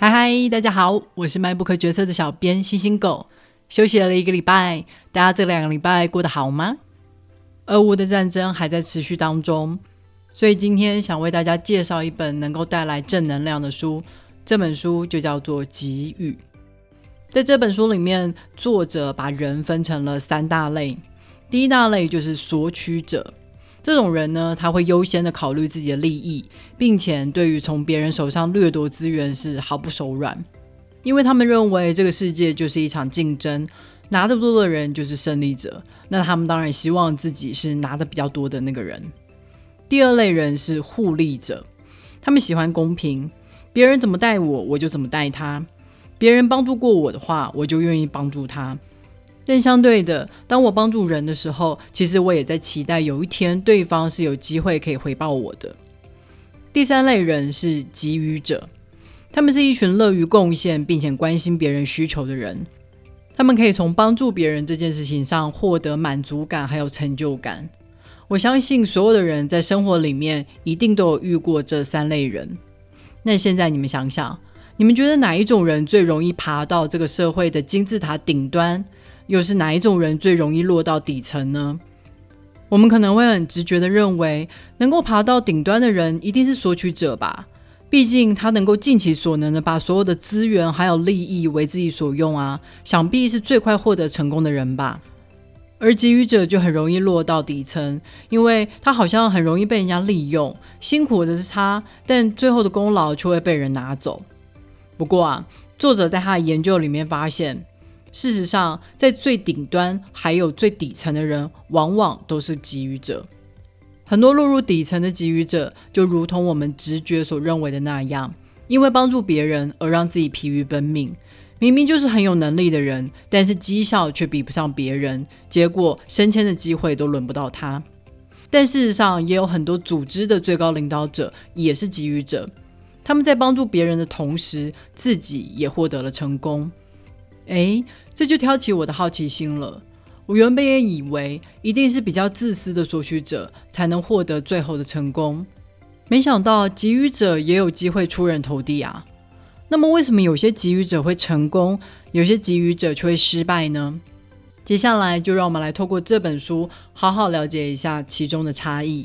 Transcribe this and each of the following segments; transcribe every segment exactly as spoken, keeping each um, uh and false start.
嗨嗨，大家好，我是卖不可决策的小编星星狗。休息了一个礼拜，大家这两个礼拜过得好吗？俄乌的战争还在持续当中，所以今天想为大家介绍一本能够带来正能量的书，这本书就叫做《给予》。在这本书里面，作者把人分成了三大类。第一大类就是索取者，这种人呢，他会优先的考虑自己的利益，并且对于从别人手上掠夺资源是毫不手软，因为他们认为这个世界就是一场竞争，拿得多的人就是胜利者，那他们当然希望自己是拿得比较多的那个人。第二类人是互利者，他们喜欢公平，别人怎么待我，我就怎么待他，别人帮助过我的话，我就愿意帮助他。但相对的，当我帮助人的时候，其实我也在期待有一天对方是有机会可以回报我的。第三类人是给予者，他们是一群乐于贡献并且关心别人需求的人，他们可以从帮助别人这件事情上获得满足感还有成就感。我相信所有的人在生活里面一定都有遇过这三类人。那现在你们想想，你们觉得哪一种人最容易爬到这个社会的金字塔顶端，又是哪一种人最容易落到底层呢？我们可能会很直觉的认为，能够爬到顶端的人一定是索取者吧，毕竟他能够尽其所能的把所有的资源还有利益为自己所用啊，想必是最快获得成功的人吧。而给予者就很容易落到底层，因为他好像很容易被人家利用，辛苦的是他，但最后的功劳却会被人拿走。不过啊，作者在他的研究里面发现，事实上在最顶端还有最底层的人往往都是给予者。很多落入底层的给予者就如同我们直觉所认为的那样，因为帮助别人而让自己疲于奔命，明明就是很有能力的人，但是绩效却比不上别人，结果升迁的机会都轮不到他。但事实上也有很多组织的最高领导者也是给予者，他们在帮助别人的同时，自己也获得了成功。诶，这就挑起我的好奇心了。我原本也以为一定是比较自私的索取者才能获得最后的成功，没想到给予者也有机会出人头地啊。那么为什么有些给予者会成功，有些给予者却会失败呢？接下来就让我们来透过这本书好好了解一下其中的差异。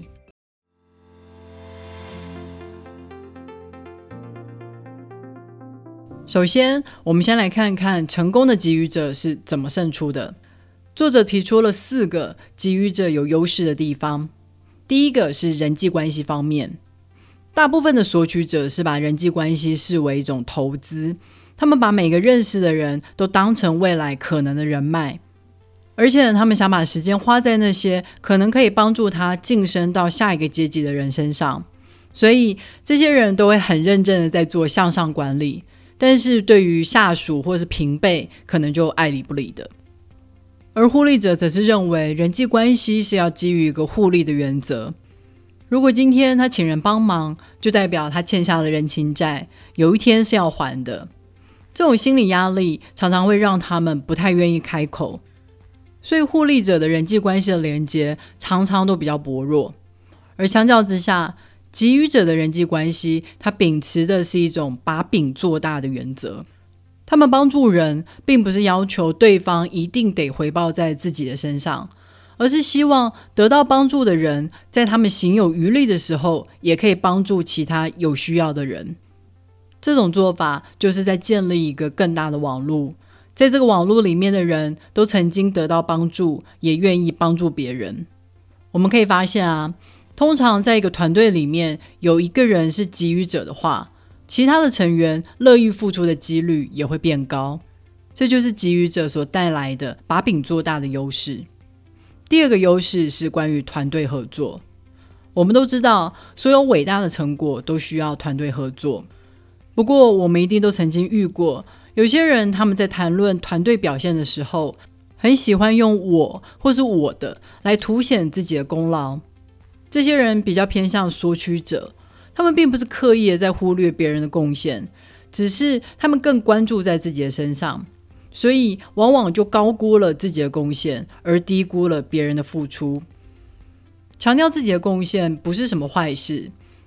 首先，我们先来看看成功的给予者是怎么胜出的。作者提出了四个给予者有优势的地方。第一个是人际关系方面，大部分的索取者是把人际关系视为一种投资，他们把每个认识的人都当成未来可能的人脉，而且他们想把时间花在那些可能可以帮助他晋升到下一个阶级的人身上，所以这些人都会很认真的在做向上管理，但是对于下属或是平辈可能就爱理不理的。而互利者则是认为人际关系是要基于一个互利的原则，如果今天他请人帮忙，就代表他欠下了人情债，有一天是要还的。这种心理压力常常会让他们不太愿意开口，所以互利者的人际关系的连接常常都比较薄弱。而相较之下，给予者的人际关系，他秉持的是一种把饼做大的原则。他们帮助人，并不是要求对方一定得回报在自己的身上，而是希望得到帮助的人，在他们行有余力的时候，也可以帮助其他有需要的人。这种做法就是在建立一个更大的网络，在这个网络里面的人都曾经得到帮助，也愿意帮助别人。我们可以发现啊，通常在一个团队里面有一个人是给予者的话，其他的成员乐意付出的几率也会变高，这就是给予者所带来的把饼做大的优势。第二个优势是关于团队合作。我们都知道，所有伟大的成果都需要团队合作，不过我们一定都曾经遇过，有些人他们在谈论团队表现的时候，很喜欢用我或是我的来凸显自己的功劳。这些人比较偏向索取者，他们并不是刻意的在忽略别人的贡献，只是他们更关注在自己的身上，所以往往就高估了自己的贡献，而低估了别人的付出。强调自己的贡献不是什么坏事，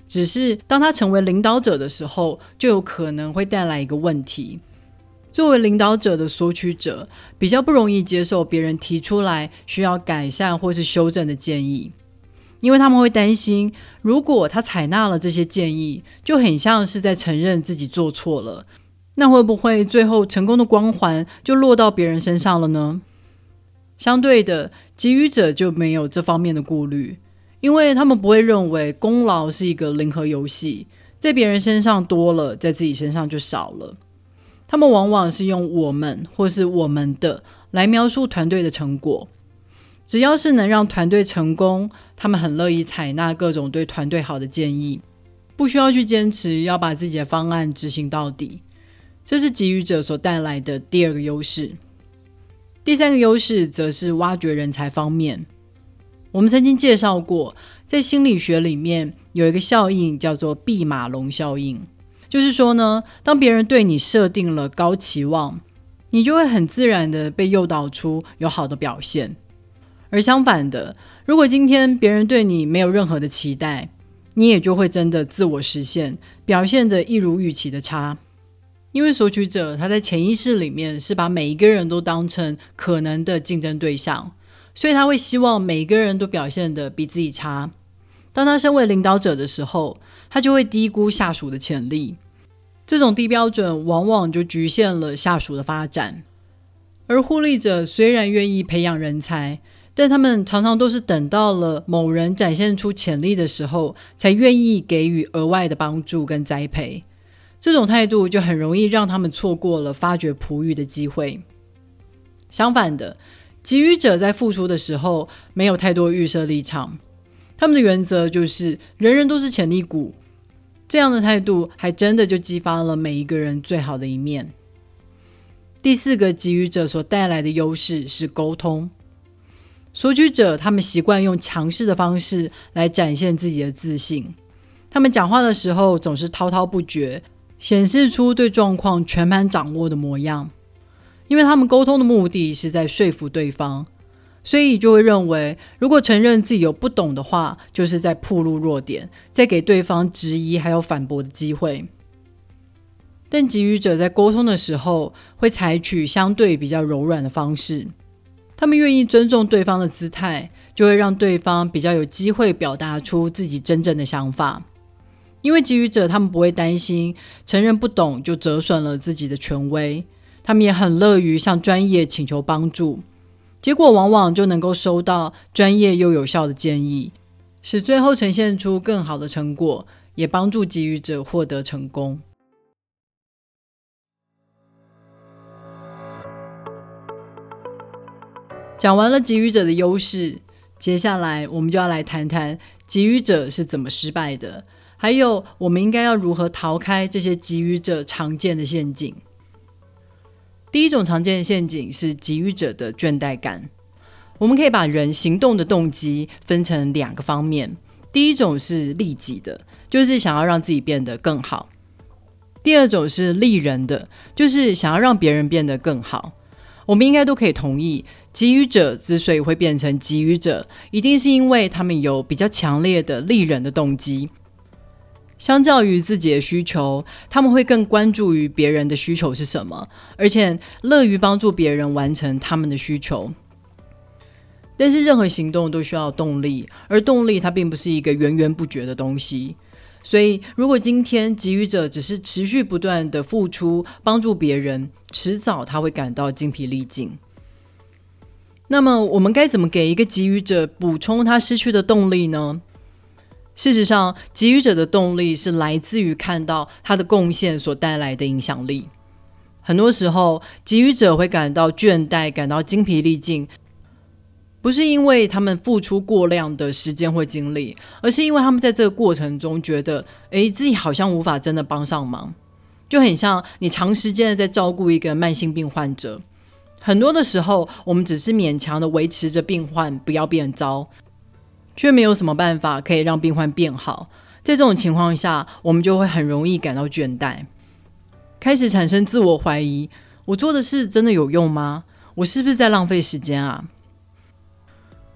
只是当他成为领导者的时候，就有可能会带来一个问题。作为领导者的索取者，比较不容易接受别人提出来需要改善或是修正的建议，因为他们会担心，如果他采纳了这些建议，就很像是在承认自己做错了，那会不会最后成功的光环就落到别人身上了呢？相对的，给予者就没有这方面的顾虑，因为他们不会认为功劳是一个零和游戏，在别人身上多了，在自己身上就少了。他们往往是用我们或是我们的来描述团队的成果，只要是能让团队成功，他们很乐意采纳各种对团队好的建议，不需要去坚持要把自己的方案执行到底。这是给予者所带来的第二个优势。第三个优势则是挖掘人才方面。我们曾经介绍过，在心理学里面有一个效应叫做毕马龙效应，就是说呢，当别人对你设定了高期望，你就会很自然的被诱导出有好的表现。而相反的，如果今天别人对你没有任何的期待，你也就会真的自我实现，表现得一如预期的差。因为索取者他在潜意识里面是把每一个人都当成可能的竞争对象，所以他会希望每一个人都表现得比自己差。当他身为领导者的时候，他就会低估下属的潜力，这种低标准往往就局限了下属的发展。而互利者虽然愿意培养人才，但他们常常都是等到了某人展现出潜力的时候，才愿意给予额外的帮助跟栽培。这种态度就很容易让他们错过了发掘璞玉的机会。相反的，给予者在付出的时候没有太多预设立场，他们的原则就是人人都是潜力股，这样的态度还真的就激发了每一个人最好的一面。第四个给予者所带来的优势是沟通。索取者他们习惯用强势的方式来展现自己的自信，他们讲话的时候总是滔滔不绝，显示出对状况全盘掌握的模样。因为他们沟通的目的是在说服对方，所以就会认为如果承认自己有不懂的话，就是在暴露弱点，在给对方质疑还有反驳的机会。但给予者在沟通的时候会采取相对比较柔软的方式，他们愿意尊重对方的姿态，就会让对方比较有机会表达出自己真正的想法。因为给予者他们不会担心承认不懂就折损了自己的权威，他们也很乐于向专业请求帮助，结果往往就能够收到专业又有效的建议，使最后呈现出更好的成果，也帮助给予者获得成功。讲完了给予者的优势，接下来我们就要来谈谈给予者是怎么失败的，还有我们应该要如何逃开这些给予者常见的陷阱。第一种常见的陷阱是给予者的倦怠感。我们可以把人行动的动机分成两个方面，第一种是利己的，就是想要让自己变得更好；第二种是利人的，就是想要让别人变得更好。我们应该都可以同意，给予者之所以会变成给予者，一定是因为他们有比较强烈的利人的动机。相较于自己的需求，他们会更关注于别人的需求是什么，而且乐于帮助别人完成他们的需求。但是任何行动都需要动力，而动力它并不是一个源源不绝的东西。所以如果今天给予者只是持续不断的付出帮助别人，迟早他会感到精疲力尽。那么我们该怎么给一个给予者补充他失去的动力呢？事实上，给予者的动力是来自于看到他的贡献所带来的影响力。很多时候给予者会感到倦怠，感到精疲力尽，不是因为他们付出过量的时间或精力，而是因为他们在这个过程中觉得诶，自己好像无法真的帮上忙。就很像你长时间的在照顾一个慢性病患者，很多的时候我们只是勉强的维持着病患不要变糟，却没有什么办法可以让病患变好。在这种情况下，我们就会很容易感到倦怠，开始产生自我怀疑，我做的事真的有用吗？我是不是在浪费时间啊？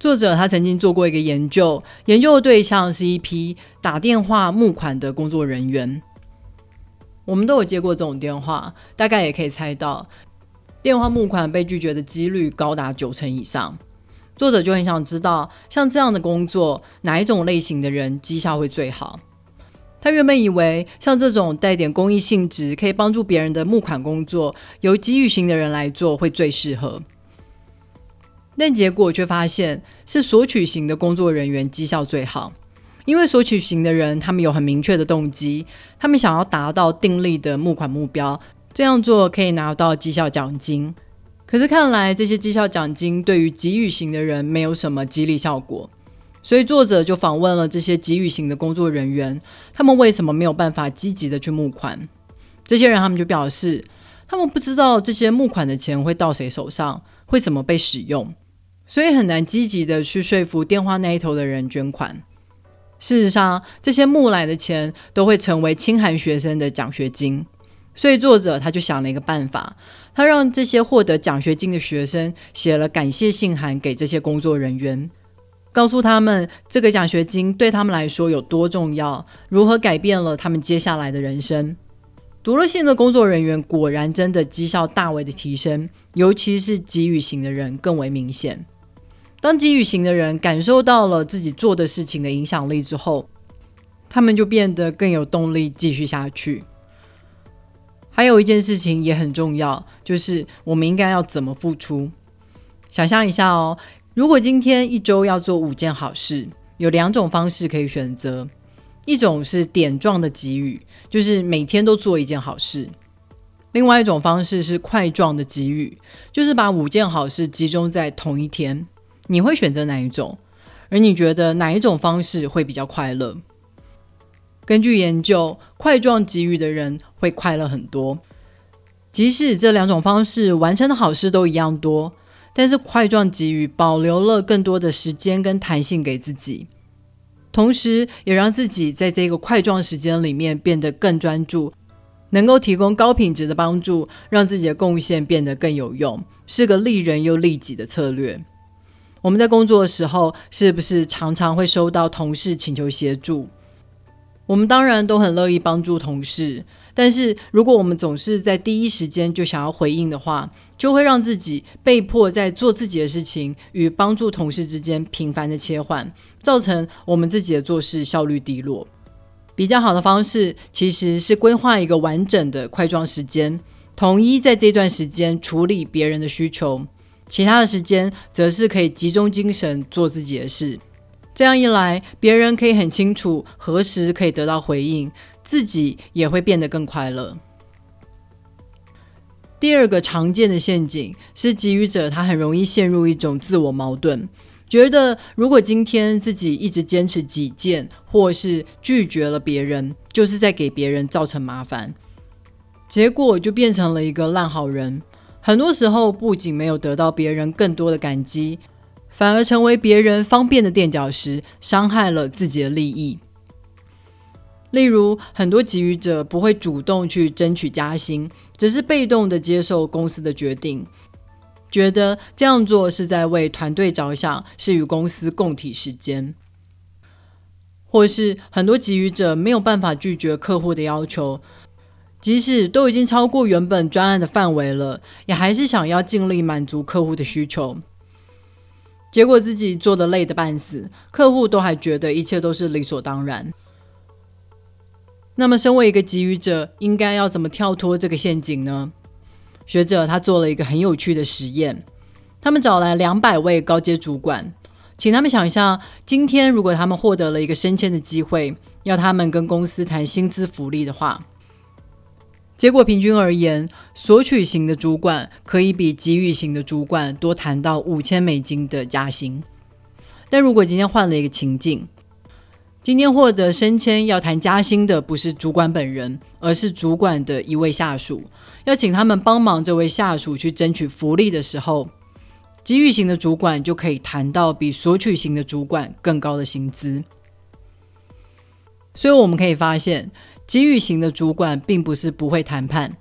作者他曾经做过一个研究，研究的对象是一批打电话募款的工作人员。我们都有接过这种电话，大概也可以猜到电话募款被拒绝的几率高达九成以上。作者就很想知道，像这样的工作，哪一种类型的人绩效会最好？他原本以为像这种带点公益性质，可以帮助别人的募款工作，由机遇型的人来做会最适合。但结果却发现是索取型的工作人员绩效最好，因为索取型的人他们有很明确的动机，他们想要达到订立的募款目标，这样做可以拿到绩效奖金。可是看来这些绩效奖金对于给予型的人没有什么激励效果，所以作者就访问了这些给予型的工作人员，他们为什么没有办法积极的去募款？这些人他们就表示，他们不知道这些募款的钱会到谁手上，会怎么被使用，所以很难积极的去说服电话那一头的人捐款。事实上，这些募来的钱都会成为清寒学生的奖学金，所以作者他就想了一个办法，他让这些获得奖学金的学生写了感谢信函给这些工作人员，告诉他们这个奖学金对他们来说有多重要，如何改变了他们接下来的人生。读了信的工作人员果然真的绩效大为的提升，尤其是给予型的人更为明显。当给予型的人感受到了自己做的事情的影响力之后，他们就变得更有动力继续下去。还有一件事情也很重要，就是我们应该要怎么付出。想象一下哦，如果今天一周要做五件好事，有两种方式可以选择。一种是点状的给予，就是每天都做一件好事。另外一种方式是块状的给予，就是把五件好事集中在同一天。你会选择哪一种？而你觉得哪一种方式会比较快乐？根据研究，块状给予的人会快乐很多。即使这两种方式完成的好事都一样多，但是块状给予保留了更多的时间跟弹性给自己，同时也让自己在这个块状时间里面变得更专注，能够提供高品质的帮助，让自己的贡献变得更有用，是个利人又利己的策略。我们在工作的时候，是不是常常会收到同事请求协助？我们当然都很乐意帮助同事，但是如果我们总是在第一时间就想要回应的话，就会让自己被迫在做自己的事情与帮助同事之间频繁的切换，造成我们自己的做事效率低落。比较好的方式其实是规划一个完整的块状时间，统一在这段时间处理别人的需求，其他的时间则是可以集中精神做自己的事。这样一来，别人可以很清楚何时可以得到回应，自己也会变得更快乐。第二个常见的陷阱是给予者他很容易陷入一种自我矛盾，觉得如果今天自己一直坚持己见，或是拒绝了别人，就是在给别人造成麻烦，结果就变成了一个烂好人。很多时候不仅没有得到别人更多的感激，反而成为别人方便的垫脚石，伤害了自己的利益。例如，很多给予者不会主动去争取加薪，只是被动的接受公司的决定，觉得这样做是在为团队着想，是与公司共体时间。或是很多给予者没有办法拒绝客户的要求，即使都已经超过原本专案的范围了，也还是想要尽力满足客户的需求。结果自己做得累得半死，客户都还觉得一切都是理所当然。那么身为一个给予者，应该要怎么跳脱这个陷阱呢？学者他做了一个很有趣的实验，他们找来两百位高阶主管，请他们想象，今天如果他们获得了一个升迁的机会，要他们跟公司谈薪资福利的话，结果平均而言，索取型的主管可以比给予型的主管多谈到五千美金的加薪。但如果今天换了一个情境，今天获得升迁要谈加薪的不是主管本人，而是主管的一位下属，要请他们帮忙这位下属去争取福利的时候，给予型的主管就可以谈到比索取型的主管更高的薪资。所以我们可以发现，给予型的主管并不是不会谈判，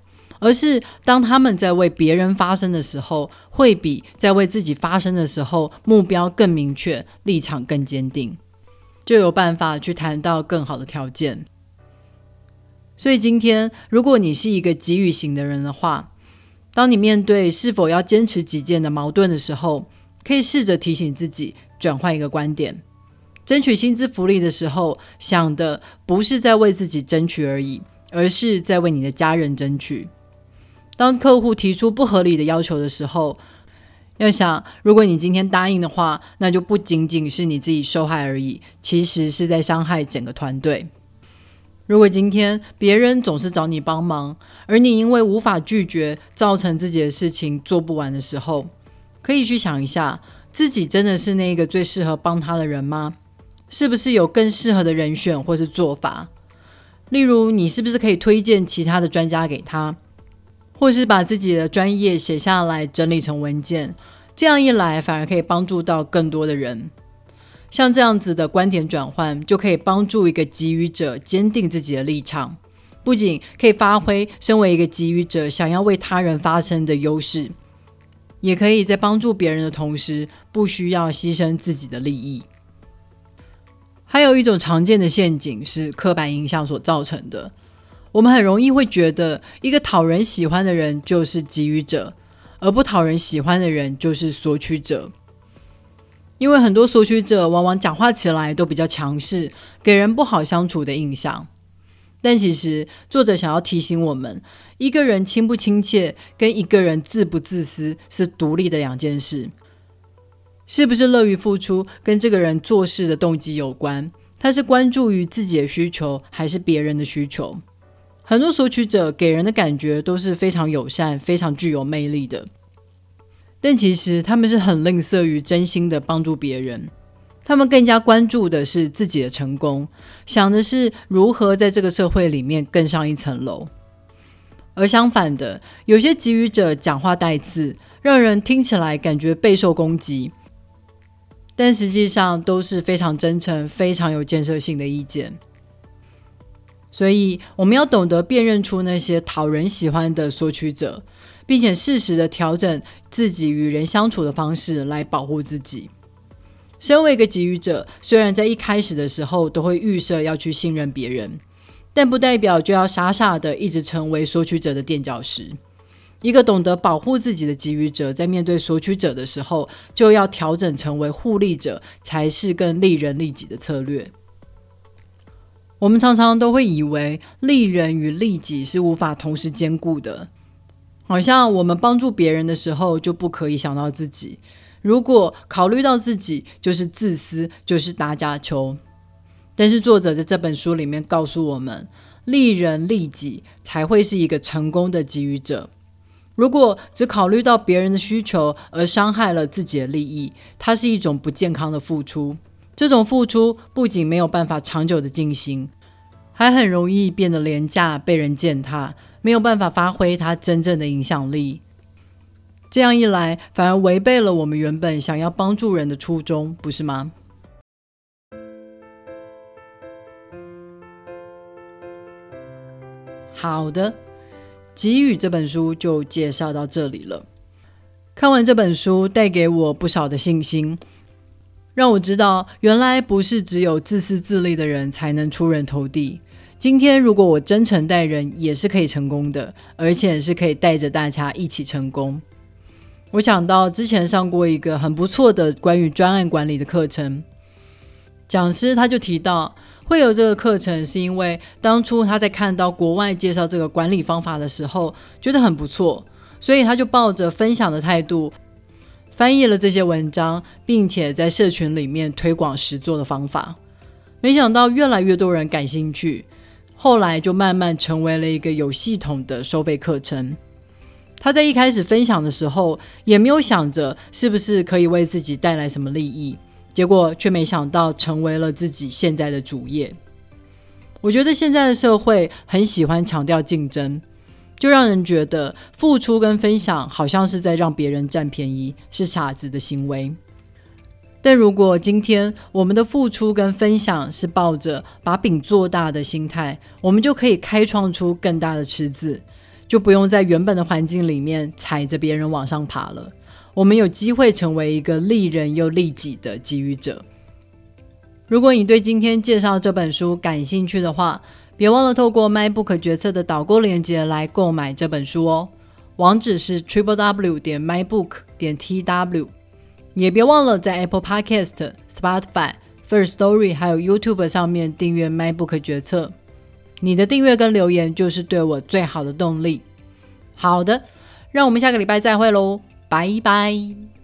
而是当他们在为别人发声的时候，会比在为自己发声的时候目标更明确，立场更坚定，就有办法去谈到更好的条件。所以今天如果你是一个给予型的人的话，当你面对是否要坚持己见的矛盾的时候，可以试着提醒自己转换一个观点。争取薪资福利的时候，想的不是在为自己争取而已，而是在为你的家人争取。当客户提出不合理的要求的时候，要想如果你今天答应的话，那就不仅仅是你自己受害而已，其实是在伤害整个团队。如果今天别人总是找你帮忙，而你因为无法拒绝造成自己的事情做不完的时候，可以去想一下，自己真的是那个最适合帮他的人吗？是不是有更适合的人选或是做法？例如你是不是可以推荐其他的专家给他，或是把自己的专业写下来整理成文件，这样一来反而可以帮助到更多的人。像这样子的观点转换，就可以帮助一个给予者坚定自己的立场，不仅可以发挥身为一个给予者想要为他人发声的优势，也可以在帮助别人的同时不需要牺牲自己的利益。还有一种常见的陷阱是刻板印象所造成的，我们很容易会觉得一个讨人喜欢的人就是给予者，而不讨人喜欢的人就是索取者。因为很多索取者往往讲话起来都比较强势，给人不好相处的印象。但其实作者想要提醒我们，一个人亲不亲切跟一个人自不自私是独立的两件事。是不是乐于付出跟这个人做事的动机有关，他是关注于自己的需求还是别人的需求。很多索取者给人的感觉都是非常友善，非常具有魅力的，但其实他们是很吝啬于真心的帮助别人，他们更加关注的是自己的成功，想的是如何在这个社会里面更上一层楼。而相反的，有些给予者讲话带刺，让人听起来感觉备受攻击，但实际上都是非常真诚、非常有建设性的意见。所以我们要懂得辨认出那些讨人喜欢的索取者，并且适时的调整自己与人相处的方式来保护自己。身为一个给予者，虽然在一开始的时候都会预设要去信任别人，但不代表就要傻傻的一直成为索取者的垫脚石。一个懂得保护自己的给予者，在面对索取者的时候，就要调整成为互利者，才是更利人利己的策略。我们常常都会以为利人与利己是无法同时兼顾的，好像我们帮助别人的时候就不可以想到自己，如果考虑到自己就是自私，就是打假球。但是作者在这本书里面告诉我们，利人利己才会是一个成功的给予者。如果只考虑到别人的需求而伤害了自己的利益，它是一种不健康的付出。这种付出不仅没有办法长久的进行，还很容易变得廉价，被人践踏，没有办法发挥它真正的影响力。这样一来，反而违背了我们原本想要帮助人的初衷，不是吗？好的，给予这本书就介绍到这里了。看完这本书，带给我不少的信心，让我知道原来不是只有自私自利的人才能出人头地。今天如果我真诚待人，也是可以成功的，而且是可以带着大家一起成功。我想到之前上过一个很不错的关于专案管理的课程，讲师他就提到会有这个课程是因为当初他在看到国外介绍这个管理方法的时候觉得很不错，所以他就抱着分享的态度翻译了这些文章，并且在社群里面推广实作的方法。没想到越来越多人感兴趣，后来就慢慢成为了一个有系统的收费课程。他在一开始分享的时候也没有想着是不是可以为自己带来什么利益，结果却没想到成为了自己现在的主业。我觉得现在的社会很喜欢强调竞争，就让人觉得付出跟分享好像是在让别人占便宜，是傻子的行为。但如果今天我们的付出跟分享是抱着把饼做大的心态，我们就可以开创出更大的池子， 就不用在原本的环境里面踩着别人往上爬了。我们有机会成为一个利人又利己的给予者。如果你对今天介绍这本书感兴趣的话，别忘了透过 MyBook 决策的导购链接来购买这本书哦。网址是 double u double u double u 点 my book 点 t w。 也别忘了在 Apple Podcast、Spotify、First Story 还有 YouTube 上面订阅 MyBook 决策。你的订阅跟留言就是对我最好的动力。好的，让我们下个礼拜再会咯，拜拜。